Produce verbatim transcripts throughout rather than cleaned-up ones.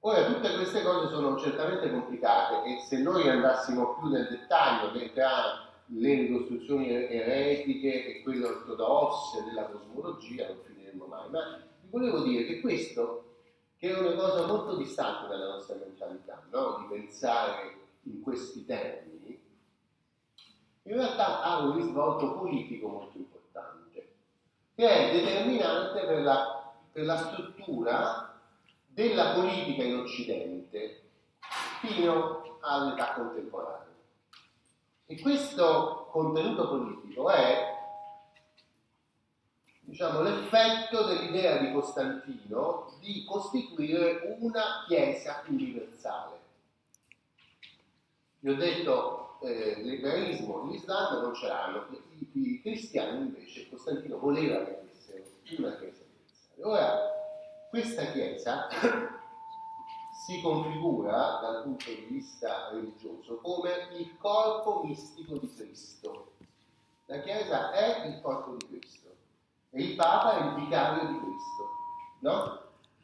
Ora, tutte queste cose sono certamente complicate e se noi andassimo più nel dettaglio tra le ricostruzioni eretiche e quelle ortodosse della cosmologia non finiremmo mai, ma vi volevo dire che questo, che è una cosa molto distante dalla nostra mentalità, no? Di pensare in questi termini, in realtà ha un risvolto politico molto importante, che è determinante per la, per la struttura della politica in Occidente fino all'età contemporanea. E questo contenuto politico è, diciamo, l'effetto dell'idea di Costantino di costituire una Chiesa universale. Vi ho detto, eh, l'ebraismo e l'Islam non ce l'hanno, i, i cristiani invece, Costantino voleva che avessero una Chiesa universale. Ora, questa Chiesa si configura dal punto di vista religioso come il corpo mistico di Cristo. La Chiesa è il corpo di Cristo e il Papa è il vicario di Cristo, no?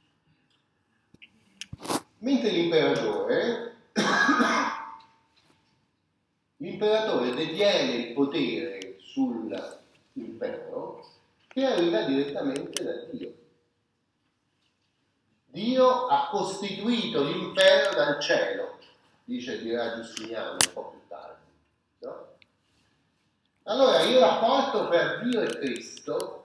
Mentre l'imperatore l'imperatore detiene il potere sull'impero che arriva direttamente da Dio. Dio ha costituito l'impero dal cielo, dice dirà Giustiniano un po' più tardi, no? Allora il rapporto tra Dio e Cristo,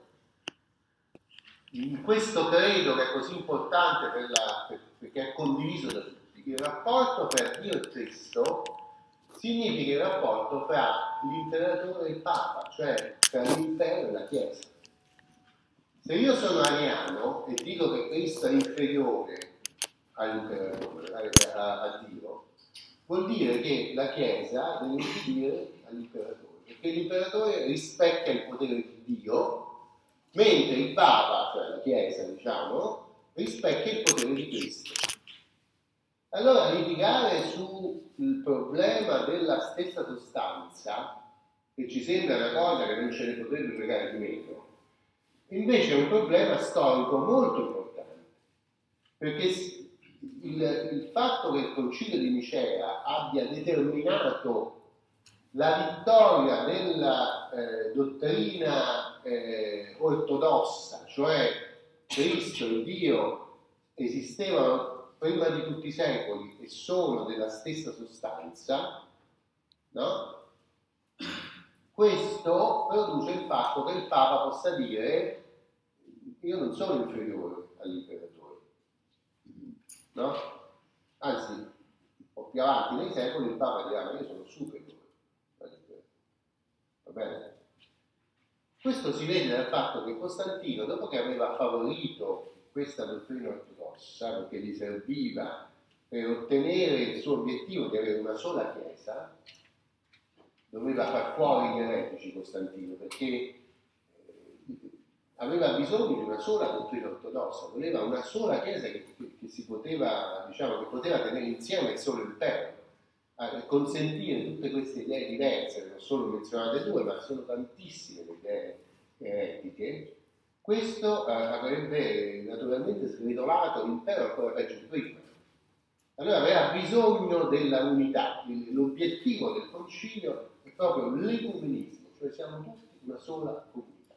in questo credo che è così importante per la, per, perché è condiviso da tutti, il rapporto tra Dio e Cristo significa il rapporto tra l'imperatore e il Papa, cioè tra l'impero e la Chiesa. Se io sono ariano e dico che Cristo è inferiore all'imperatore, a, a Dio, vuol dire che la Chiesa deve ubbidire all'imperatore, perché l'imperatore rispecchia il potere di Dio, mentre il Papa, cioè la Chiesa, diciamo, rispecchia il potere di Cristo. Allora litigare sul problema della stessa sostanza, che ci sembra una cosa che non ce ne potrebbe fregare di meno, invece è un problema storico molto importante, perché il, il fatto che il Concilio di Nicea abbia determinato la vittoria della eh, dottrina eh, ortodossa, cioè Cristo e Dio esistevano prima di tutti i secoli e sono della stessa sostanza, no? Questo produce il fatto che il Papa possa dire: io non sono inferiore all'imperatore, no? Anzi, un po' più avanti nei secoli il Papa dirà: ma io sono superiore all'imperatore. Va bene? Questo si vede dal fatto che Costantino, dopo che aveva favorito questa dottrina ortodossa, perché gli serviva per ottenere il suo obiettivo di avere una sola Chiesa, doveva far fuori gli eretici Costantino, perché eh, aveva bisogno di una sola dottrina ortodossa, voleva una sola Chiesa che, che, che si poteva, diciamo, che poteva tenere insieme il solo impero, a consentire tutte queste idee diverse, non solo menzionate due, ma sono tantissime le idee eretiche. Questo eh, avrebbe naturalmente sgretolato l'impero ancora peggio di prima. Allora aveva bisogno della unità. L'obiettivo del concilio è proprio l'ecumenismo, cioè siamo tutti una sola comunità.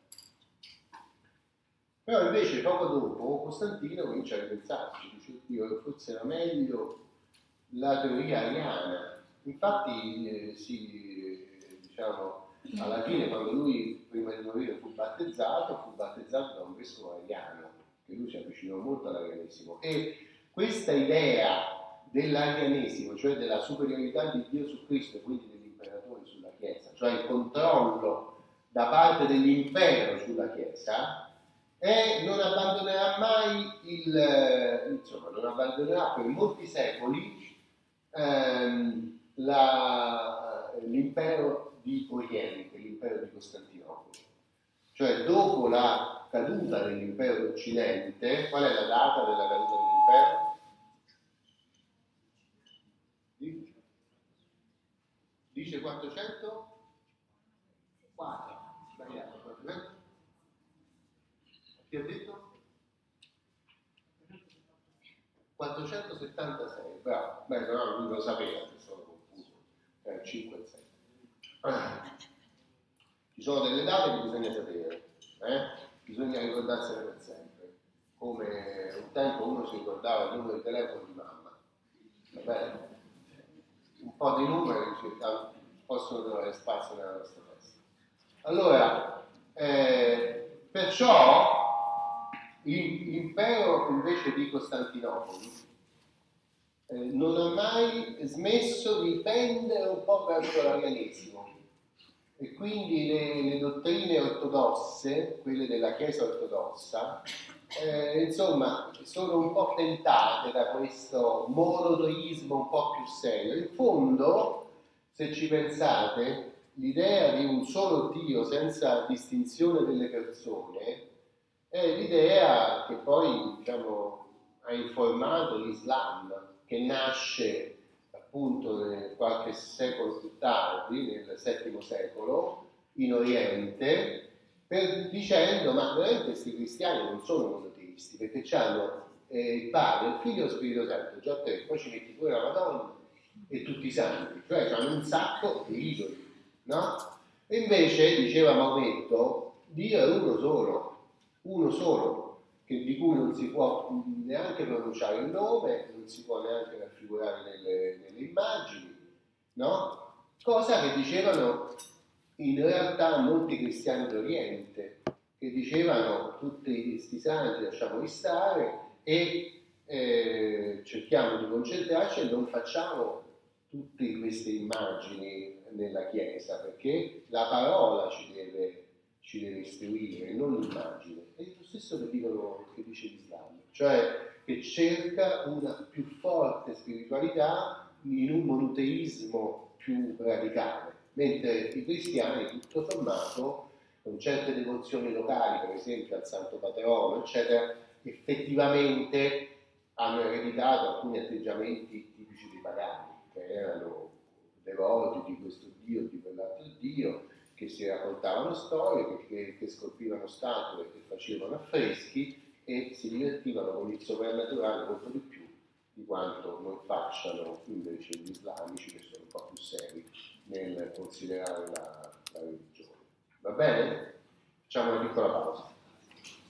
Però invece poco dopo Costantino comincia a ripensarci, dice: io forse era meglio la teoria ariana. Infatti eh, si, diciamo, alla fine, quando lui prima di morire fu battezzato, fu battezzato da un vescovo ariano, che lui si avvicinò molto all'arianesimo, e questa idea dell'arianesimo, cioè della superiorità di Dio su Cristo e quindi dell'imperatore sulla Chiesa, cioè il controllo da parte dell'impero sulla Chiesa, e non abbandonerà mai il, insomma, non abbandonerà per molti secoli ehm, la, l'impero di Oriente, l'impero di Costantinopoli. Cioè, dopo la caduta dell'impero d'Occidente, qual è la data della caduta dell'impero? Dice quattrocento? quattro. Sbagliato. quattrocento? Chi ha detto? quattrocentosettantasei, bravo, beh, però lui lo sapeva che sono confuso, tra il cinque e il sei. Ah. Ci sono delle date che bisogna sapere, eh? Bisogna ricordarsene per sempre, come un tempo uno si ricordava il numero di telefono di mamma, va bene? Un po' di numeri possono trovare spazio nella nostra testa. Allora, eh, perciò l'impero invece di Costantinopoli eh, non ha mai smesso di pendere un po' verso l'arianesimo e quindi le, le dottrine ortodosse, quelle della Chiesa ortodossa, eh, insomma, sono un po' tentate da questo monoteismo un po' più serio. In fondo, se ci pensate, l'idea di un solo Dio senza distinzione delle persone è l'idea che poi, diciamo, ha informato l'Islam, che nasce appunto nel, qualche secolo più tardi, nel settimo secolo, in Oriente, per, dicendo, ma veramente questi cristiani non sono monoteisti, perché hanno eh, il Padre, il Figlio e lo Spirito Santo, già tre, poi ci metti pure la Madonna e tutti i santi, cioè hanno un sacco di idoli, no? E invece, diceva Maometto, Dio è uno solo, uno solo, che, di cui non si può neanche pronunciare il nome, non si può neanche raffigurare nelle, nelle immagini, no? Cosa che dicevano in realtà molti cristiani d'Oriente, che dicevano tutti questi santi lasciamoli stare e eh, cerchiamo di concentrarci e non facciamo tutte queste immagini nella Chiesa, perché la parola ci deve ci deve istruire, non l'immagine. È lo stesso che, dicono, che dice l'Islam, cioè che cerca una più forte spiritualità in un monoteismo più radicale, mentre i cristiani, tutto sommato, con certe devozioni locali, per esempio al Santo Patrono, eccetera, effettivamente hanno ereditato alcuni atteggiamenti tipici dei pagani, che erano devoti di questo Dio o di quell'altro Dio, che si raccontavano storie, che, che scolpivano statue, che facevano affreschi e si divertivano con il soprannaturale molto di più di quanto non facciano invece gli islamici, che sono un po' più seri nel considerare la, la religione. Va bene? Facciamo una piccola pausa.